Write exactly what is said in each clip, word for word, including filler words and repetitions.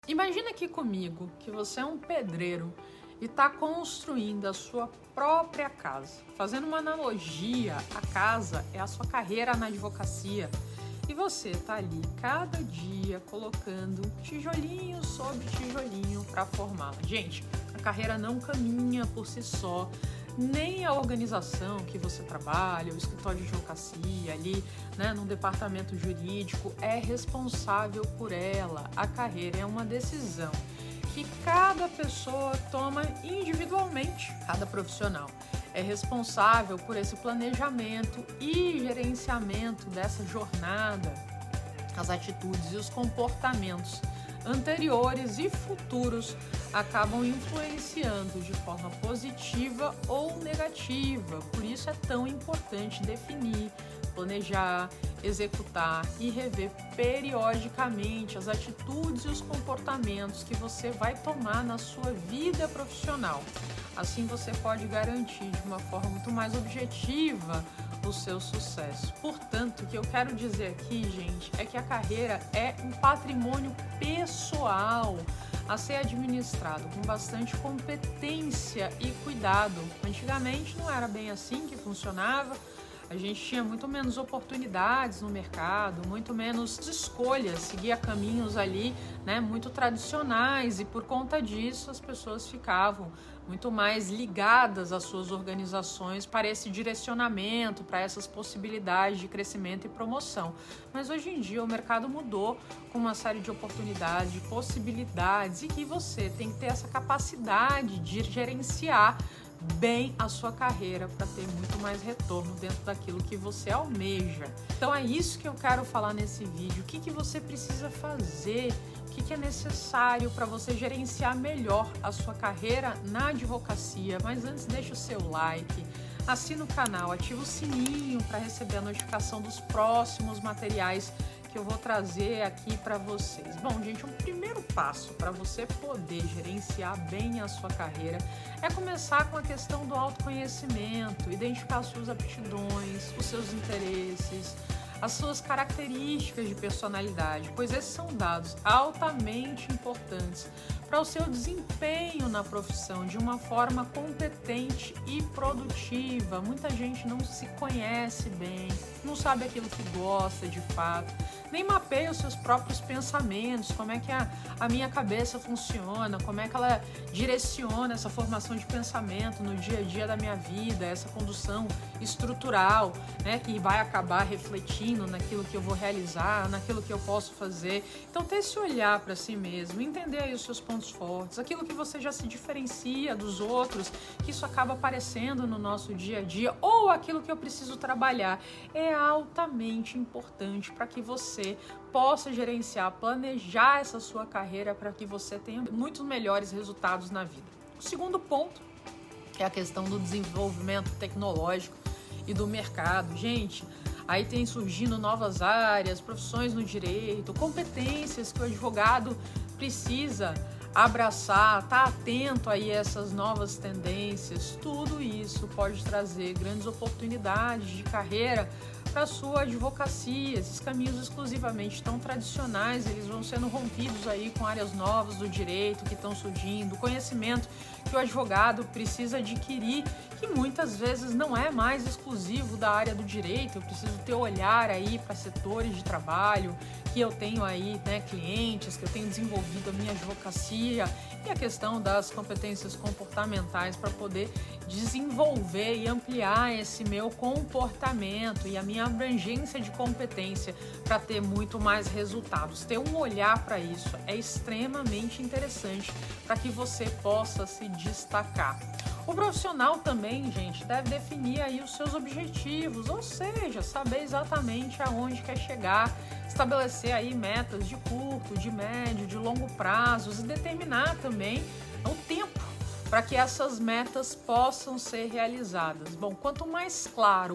Imagina aqui comigo que você é um pedreiro e está construindo a sua própria casa. Fazendo uma analogia, a casa é a sua carreira na advocacia e você está ali cada dia colocando tijolinho sobre tijolinho para formá-la. Gente, a carreira não caminha por si só, nem a organização que você trabalha, o escritório de advocacia ali, né, no departamento jurídico, é responsável por ela. A carreira é uma decisão que cada pessoa toma individualmente, cada profissional é responsável por esse planejamento e gerenciamento dessa jornada, as atitudes e os comportamentos anteriores e futuros acabam influenciando de forma positiva ou negativa. Por isso é tão importante definir, planejar, executar e rever periodicamente as atitudes e os comportamentos que você vai tomar na sua vida profissional. Assim você pode garantir de uma forma muito mais objetiva o seu sucesso. Portanto, o que eu quero dizer aqui, gente, é que a carreira é um patrimônio pessoal a ser administrado com bastante competência e cuidado. Antigamente não era bem assim que funcionava. A gente tinha muito menos oportunidades no mercado, muito menos escolhas, seguia caminhos ali, né, muito tradicionais, e por conta disso as pessoas ficavam muito mais ligadas às suas organizações para esse direcionamento, para essas possibilidades de crescimento e promoção. Mas hoje em dia o mercado mudou com uma série de oportunidades, de possibilidades, e que você tem que ter essa capacidade de gerenciar bem a sua carreira para ter muito mais retorno dentro daquilo que você almeja. Então é isso que eu quero falar nesse vídeo. O que, que você precisa fazer, o que, que é necessário para você gerenciar melhor a sua carreira na advocacia. Mas antes, deixa o seu like, assina o canal, ativa o sininho para receber a notificação dos próximos materiais que eu vou trazer aqui para vocês. Bom, gente, um primeiro passo para você poder gerenciar bem a sua carreira é começar com a questão do autoconhecimento, identificar as suas aptidões, os seus interesses, as suas características de personalidade, pois esses são dados altamente importantes para o seu desempenho na profissão de uma forma competente e produtiva. Muita gente não se conhece bem, não sabe aquilo que gosta de fato, nem mapeia os seus próprios pensamentos, como é que a, a minha cabeça funciona, como é que ela direciona essa formação de pensamento no dia a dia da minha vida, essa condução estrutural, né, que vai acabar refletindo naquilo que eu vou realizar, naquilo que eu posso fazer. Então, ter esse olhar para si mesmo, entender aí os seus pontos fortes, aquilo que você já se diferencia dos outros, que isso acaba aparecendo no nosso dia a dia, ou aquilo que eu preciso trabalhar, é altamente importante para que você possa gerenciar, planejar essa sua carreira para que você tenha muitos melhores resultados na vida. O segundo ponto é a questão do desenvolvimento tecnológico e do mercado. Gente, aí tem surgindo novas áreas, profissões no direito, competências que o advogado precisa abraçar, estar atento aí a essas novas tendências. Tudo isso pode trazer grandes oportunidades de carreira para a sua advocacia. Esses caminhos exclusivamente tão tradicionais, eles vão sendo rompidos aí com áreas novas do direito que estão surgindo, conhecimento que o advogado precisa adquirir, que muitas vezes não é mais exclusivo da área do direito. Eu preciso ter olhar aí para setores de trabalho, que eu tenho aí, né, clientes, que eu tenho desenvolvido a minha advocacia, e a questão das competências comportamentais para poder desenvolver e ampliar esse meu comportamento e a minha abrangência de competência para ter muito mais resultados. Ter um olhar para isso é extremamente interessante para que você possa se destacar. O profissional também, gente, deve definir aí os seus objetivos, ou seja, saber exatamente aonde quer chegar, estabelecer aí metas de curto, de médio, de longo prazos e determinar também o tempo para que essas metas possam ser realizadas. Bom, quanto mais claro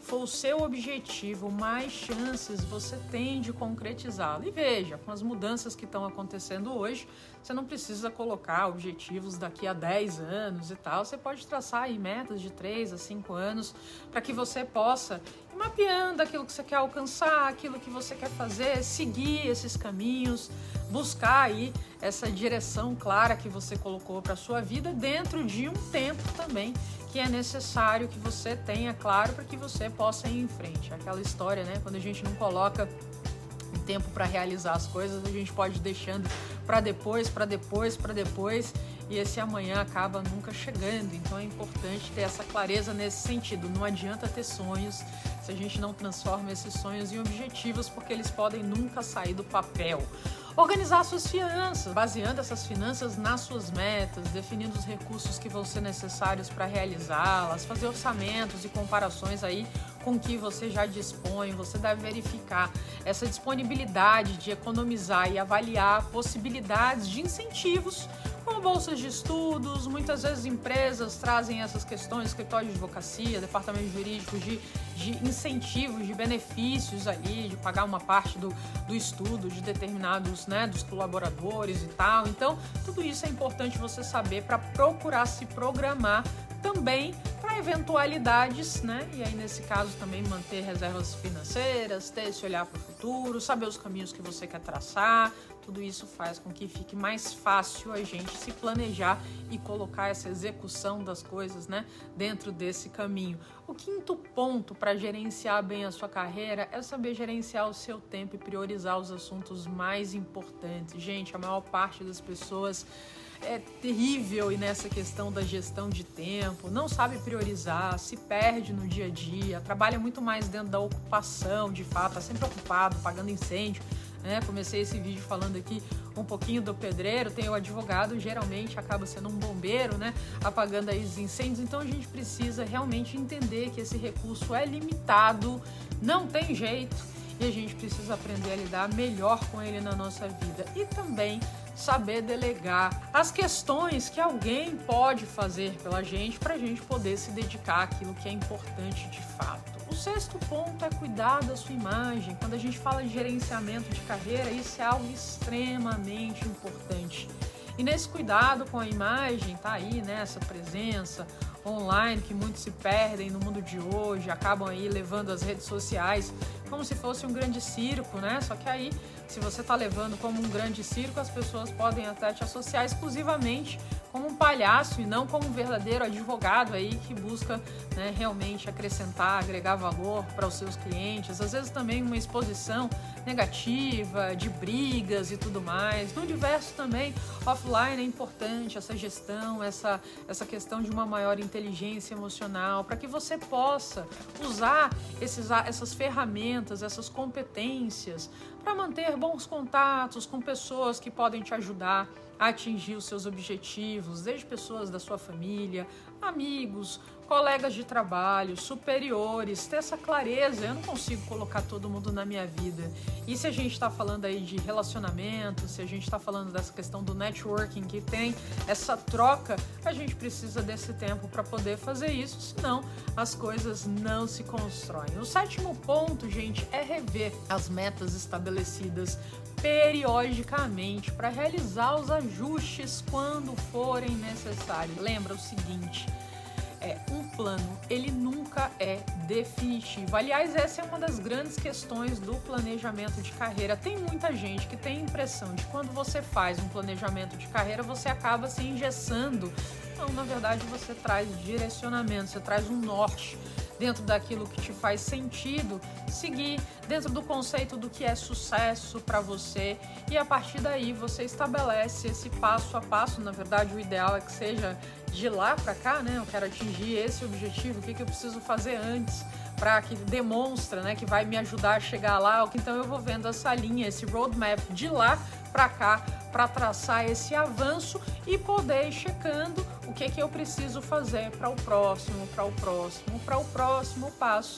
for o seu objetivo, mais chances você tem de concretizá-lo. E veja, com as mudanças que estão acontecendo hoje, você não precisa colocar objetivos daqui a dez anos e tal. Você pode traçar aí metas de três a cinco anos para que você possa ir mapeando aquilo que você quer alcançar, aquilo que você quer fazer, seguir esses caminhos, buscar aí essa direção clara que você colocou para a sua vida dentro de um tempo também que é necessário que você tenha claro para que você possa ir em frente. Aquela história, né? Quando a gente não coloca tempo para realizar as coisas, a gente pode ir deixando para depois, para depois, para depois, e esse amanhã acaba nunca chegando. Então é importante ter essa clareza nesse sentido. Não adianta ter sonhos se a gente não transforma esses sonhos em objetivos, porque eles podem nunca sair do papel. Organizar suas finanças, baseando essas finanças nas suas metas, definindo os recursos que vão ser necessários para realizá-las, fazer orçamentos e comparações aí com o que você já dispõe. Você deve verificar essa disponibilidade de economizar e avaliar possibilidades de incentivos, como bolsas de estudos. Muitas vezes empresas trazem essas questões, escritório de advocacia, departamentos jurídicos, de, de incentivos, de benefícios ali, de pagar uma parte do, do estudo de determinados, né, dos colaboradores e tal. Então, tudo isso é importante você saber para procurar se programar também para eventualidades, né? E aí, nesse caso, também manter reservas financeiras, ter esse olhar para o futuro, saber os caminhos que você quer traçar. Tudo isso faz com que fique mais fácil a gente se planejar e colocar essa execução das coisas, né, dentro desse caminho. O quinto ponto para gerenciar bem a sua carreira é saber gerenciar o seu tempo e priorizar os assuntos mais importantes. Gente, a maior parte das pessoas é terrível e nessa questão da gestão de tempo, não sabe priorizar, se perde no dia a dia, trabalha muito mais dentro da ocupação, de fato, está sempre ocupado, pagando incêndio. É, comecei esse vídeo falando aqui um pouquinho do pedreiro, tem o advogado, geralmente acaba sendo um bombeiro, né, apagando aí os incêndios. Então a gente precisa realmente entender que esse recurso é limitado, não tem jeito, e a gente precisa aprender a lidar melhor com ele na nossa vida. E também saber delegar as questões que alguém pode fazer pela gente para a gente poder se dedicar àquilo que é importante de fato. O sexto ponto é cuidar da sua imagem. Quando a gente fala de gerenciamento de carreira, isso é algo extremamente importante. E nesse cuidado com a imagem, tá aí, né, essa presença online que muitos se perdem no mundo de hoje, acabam aí levando as redes sociais como se fosse um grande circo, né? Só que aí, se você tá levando como um grande circo, as pessoas podem até te associar exclusivamente como um palhaço e não como um verdadeiro advogado aí que busca, né, realmente acrescentar, agregar valor para os seus clientes. Às vezes também uma exposição negativa, de brigas e tudo mais. No universo também offline é importante essa gestão, essa, essa questão de uma maior inteligência emocional, para que você possa usar esses, essas ferramentas, essas competências para manter bons contatos com pessoas que podem te ajudar a atingir os seus objetivos, desde pessoas da sua família, amigos, colegas de trabalho, superiores, ter essa clareza. Eu não consigo colocar todo mundo na minha vida. E se a gente está falando aí de relacionamento, se a gente está falando dessa questão do networking, que tem essa troca, a gente precisa desse tempo para poder fazer isso, senão as coisas não se constroem. O sétimo ponto, gente, é rever as metas estabelecidas periodicamente para realizar os ajustes quando forem necessários. Lembra o seguinte: é, um plano, ele nunca é definitivo. Aliás, essa é uma das grandes questões do planejamento de carreira. Tem muita gente que tem a impressão de que quando você faz um planejamento de carreira, você acaba se engessando. Não, na verdade, você traz direcionamento, você traz um norte dentro daquilo que te faz sentido seguir, dentro do conceito do que é sucesso para você, e a partir daí você estabelece esse passo a passo. Na verdade, o ideal é que seja de lá para cá, né? Eu quero atingir esse objetivo, o que, que eu preciso fazer antes para que demonstra, né, que vai me ajudar a chegar lá. Então eu vou vendo essa linha, esse roadmap de lá para cá, para traçar esse avanço e poder ir checando o que, que eu preciso fazer para o próximo, para o próximo, para o próximo passo.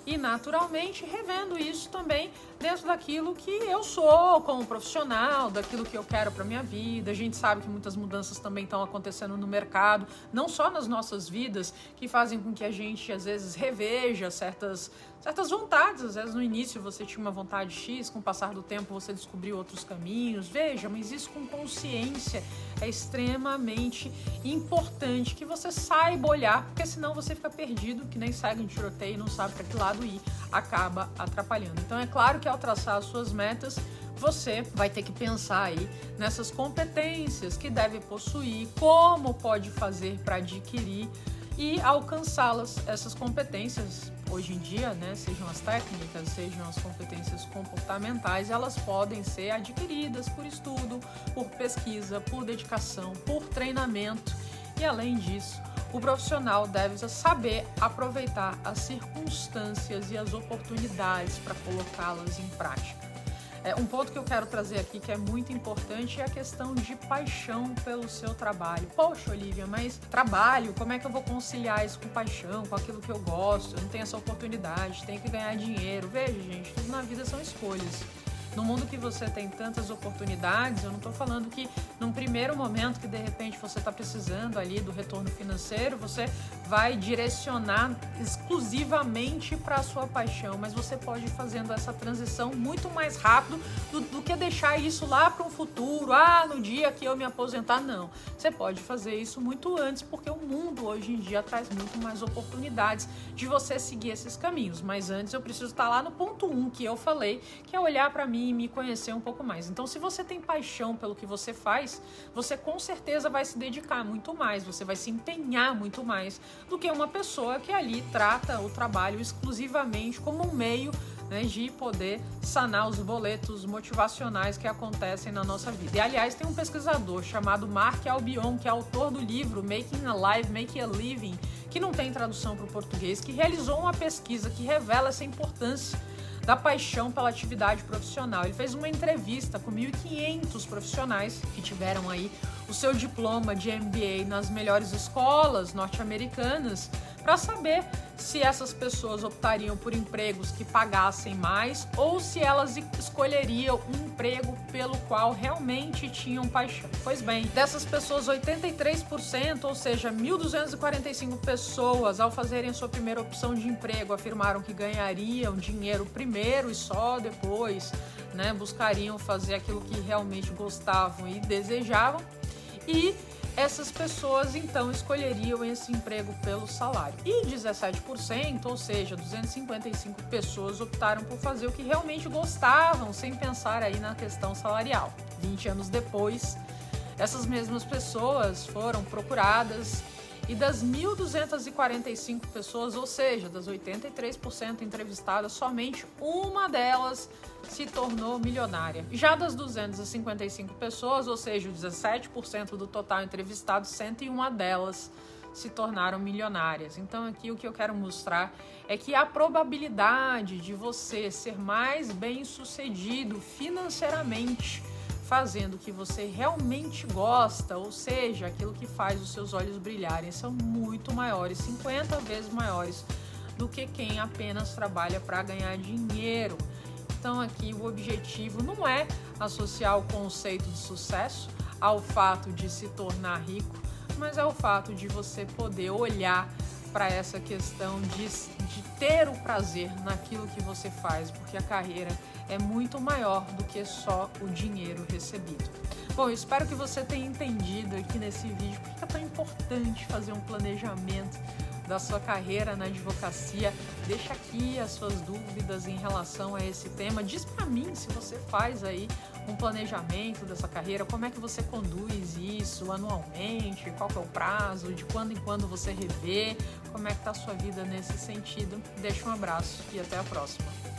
e naturalmente revendo isso também dentro daquilo que eu sou como profissional, daquilo que eu quero para minha vida. A gente sabe que muitas mudanças também estão acontecendo no mercado, não só nas nossas vidas, que fazem com que a gente às vezes reveja certas, certas vontades. Às vezes no início você tinha uma vontade X, com o passar do tempo você descobriu outros caminhos. Veja, mas isso com consciência é extremamente importante que você saiba olhar, porque senão você fica perdido, que nem segue em tiroteio e não sabe para que lado ir, acaba atrapalhando. Então é claro que ao traçar as suas metas, você vai ter que pensar aí nessas competências que deve possuir, como pode fazer para adquirir e alcançá-las. Essas competências, hoje em dia, né, sejam as técnicas, sejam as competências comportamentais, elas podem ser adquiridas por estudo, por pesquisa, por dedicação, por treinamento. E além disso, o profissional deve saber aproveitar as circunstâncias e as oportunidades para colocá-las em prática. É, um ponto que eu quero trazer aqui que é muito importante é a questão de paixão pelo seu trabalho. Poxa, Olivia, mas trabalho, como é que eu vou conciliar isso com paixão, com aquilo que eu gosto? Eu não tenho essa oportunidade, tenho que ganhar dinheiro. Veja, gente, tudo na vida são escolhas. No mundo que você tem tantas oportunidades, eu não estou falando que num primeiro momento que de repente você está precisando ali do retorno financeiro, você vai direcionar exclusivamente para a sua paixão, mas você pode ir fazendo essa transição muito mais rápido do, do que deixar isso lá para um futuro, ah, no dia que eu me aposentar, não. Você pode fazer isso muito antes, porque o mundo hoje em dia traz muito mais oportunidades de você seguir esses caminhos, mas antes eu preciso estar lá no ponto um que eu falei, que é olhar para mim e me conhecer um pouco mais. Então, se você tem paixão pelo que você faz, você com certeza vai se dedicar muito mais, você vai se empenhar muito mais do que uma pessoa que ali trata o trabalho exclusivamente como um meio, né, de poder sanar os boletos motivacionais que acontecem na nossa vida. E, aliás, tem um pesquisador chamado Mark Albion, que é autor do livro Making a Life, Making a Living, que não tem tradução para o português, que realizou uma pesquisa que revela essa importância da paixão pela atividade profissional. Ele fez uma entrevista com mil e quinhentos profissionais que tiveram aí o seu diploma de M B A nas melhores escolas norte-americanas para saber se essas pessoas optariam por empregos que pagassem mais ou se elas escolheriam um emprego pelo qual realmente tinham paixão. Pois bem, dessas pessoas, oitenta e três por cento, ou seja, mil duzentas e quarenta e cinco pessoas, ao fazerem a sua primeira opção de emprego, afirmaram que ganhariam dinheiro primeiro e só depois, né, buscariam fazer aquilo que realmente gostavam e desejavam. E essas pessoas, então, escolheriam esse emprego pelo salário. E dezessete por cento, ou seja, duzentas e cinquenta e cinco pessoas, optaram por fazer o que realmente gostavam, sem pensar aí na questão salarial. vinte anos depois, essas mesmas pessoas foram procuradas e das mil duzentas e quarenta e cinco pessoas, ou seja, das oitenta e três por cento entrevistadas, somente uma delas se tornou milionária. Já das duzentas e cinquenta e cinco pessoas, ou seja, dezessete por cento do total entrevistado, cento e uma delas se tornaram milionárias. Então aqui o que eu quero mostrar é que a probabilidade de você ser mais bem-sucedido financeiramente fazendo o que você realmente gosta, ou seja, aquilo que faz os seus olhos brilharem, são muito maiores, cinquenta vezes maiores do que quem apenas trabalha para ganhar dinheiro. Então aqui o objetivo não é associar o conceito de sucesso ao fato de se tornar rico, mas é o fato de você poder olhar para essa questão de, de ter o prazer naquilo que você faz, porque a carreira é muito maior do que só o dinheiro recebido. Bom, eu espero que você tenha entendido aqui nesse vídeo porque é tão importante fazer um planejamento da sua carreira na advocacia. Deixa aqui as suas dúvidas em relação a esse tema. Diz para mim se você faz aí um planejamento dessa carreira, como é que você conduz isso anualmente, qual que é o prazo, de quando em quando você revê, como é que tá a sua vida nesse sentido. Deixa um abraço e até a próxima.